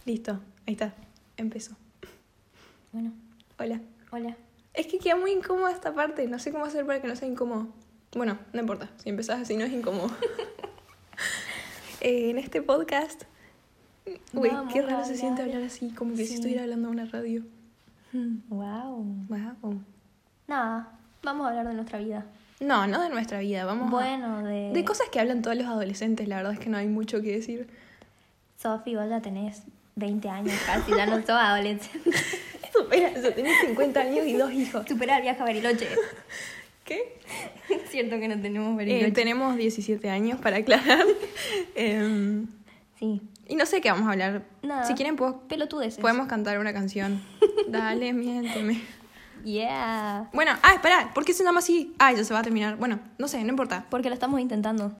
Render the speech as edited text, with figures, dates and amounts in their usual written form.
Listo, ahí está. Empezó. Bueno, Hola. hola. Es que queda muy incómoda esta parte. No sé cómo hacer para que no sea incómodo. Bueno, no importa. Si empezás así no es incómodo. En este podcast... Uy, Vamos qué raro a se siente hablar. hablar así. Como que si Sí. estuviera hablando a una radio. Wow. Wow. Nada, vamos a hablar de nuestra vida. No, no de nuestra vida. Vamos Bueno, de cosas que hablan todos los adolescentes. La verdad es que no hay mucho que decir. Sofi, vos ya tenés 20 años casi, ya no sos adolescente. Supera eso. Tenés 50 años y 2 hijos. Supera el viaje a Bariloche. ¿Qué? Es cierto que no tenemos Bariloche. Tenemos 17 años, para aclarar. Sí. Y no sé qué vamos a hablar. Nada. Si quieren, Pelotudeces. podemos cantar una canción. Dale, miénteme. Yeah. Bueno, espera, ¿por qué se llama así? Ya se va a terminar. Bueno, no sé, no importa. Porque lo estamos intentando.